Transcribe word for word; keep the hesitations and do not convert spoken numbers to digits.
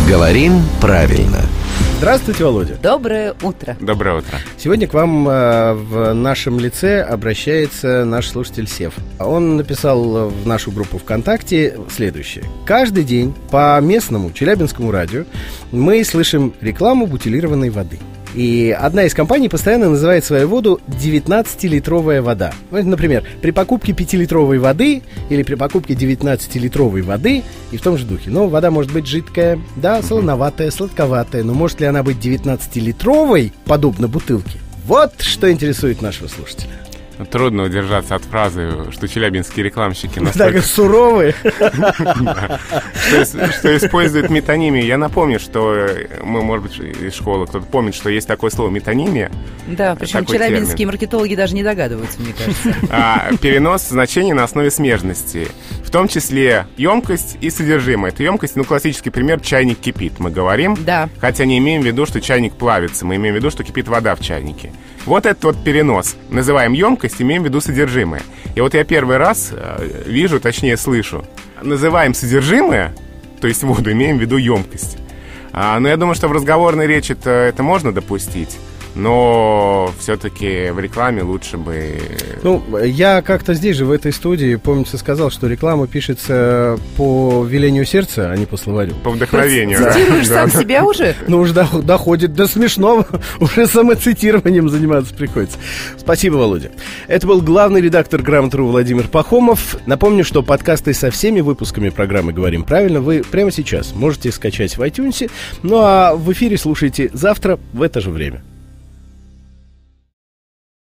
Говорим правильно. Здравствуйте, Володя. Доброе утро. Доброе утро. Сегодня к вам э, в нашем лице обращается наш слушатель Сев. Он написал в нашу группу ВКонтакте следующее. Каждый день по местному Челябинскому радио мы слышим рекламу бутилированной воды. И одна из компаний постоянно называет свою воду девятнадцатилитровая вода. Например, при покупке пятилитровой воды или при покупке девятнадцатилитровой воды и в том же духе. Но вода может быть жидкая, да, солоноватая, сладковатая. Но может ли она быть девятнадцатилитровой, подобно бутылке? Вот что интересует нашего слушателя. Трудно удержаться от фразы, что челябинские рекламщики настолько суровые, что используют метонимию. Я напомню, что мы, может быть, из школы кто-то помнит, что есть такое слово метонимия. Да, причем челябинские маркетологи даже не догадываются, мне кажется. Перенос значений на основе смежности. В том числе емкость и содержимое. Это емкость, ну, классический пример, чайник кипит, мы говорим. Да. Хотя не имеем в виду, что чайник плавится. Мы имеем в виду, что кипит вода в чайнике. Вот этот вот перенос. Называем емкость, имеем в виду содержимое. И вот я первый раз э, вижу, точнее слышу. Называем содержимое, то есть воду, имеем в виду емкость. А, но я думаю, что в разговорной речи это, это можно допустить. Но все-таки в рекламе лучше бы... Ну, я как-то здесь же, в этой студии, помнится, сказал, что реклама пишется по велению сердца, а не по словарю. По вдохновению. Цитируешь сам себя уже? Ну, уж доходит до смешного. Уже самоцитированием заниматься приходится. Спасибо, Володя. Это был главный редактор Грамотру Владимир Пахомов. Напомню, что подкасты со всеми выпусками программы «Говорим правильно» вы прямо сейчас можете скачать в iTunes. Ну, а в эфире слушайте завтра в это же время.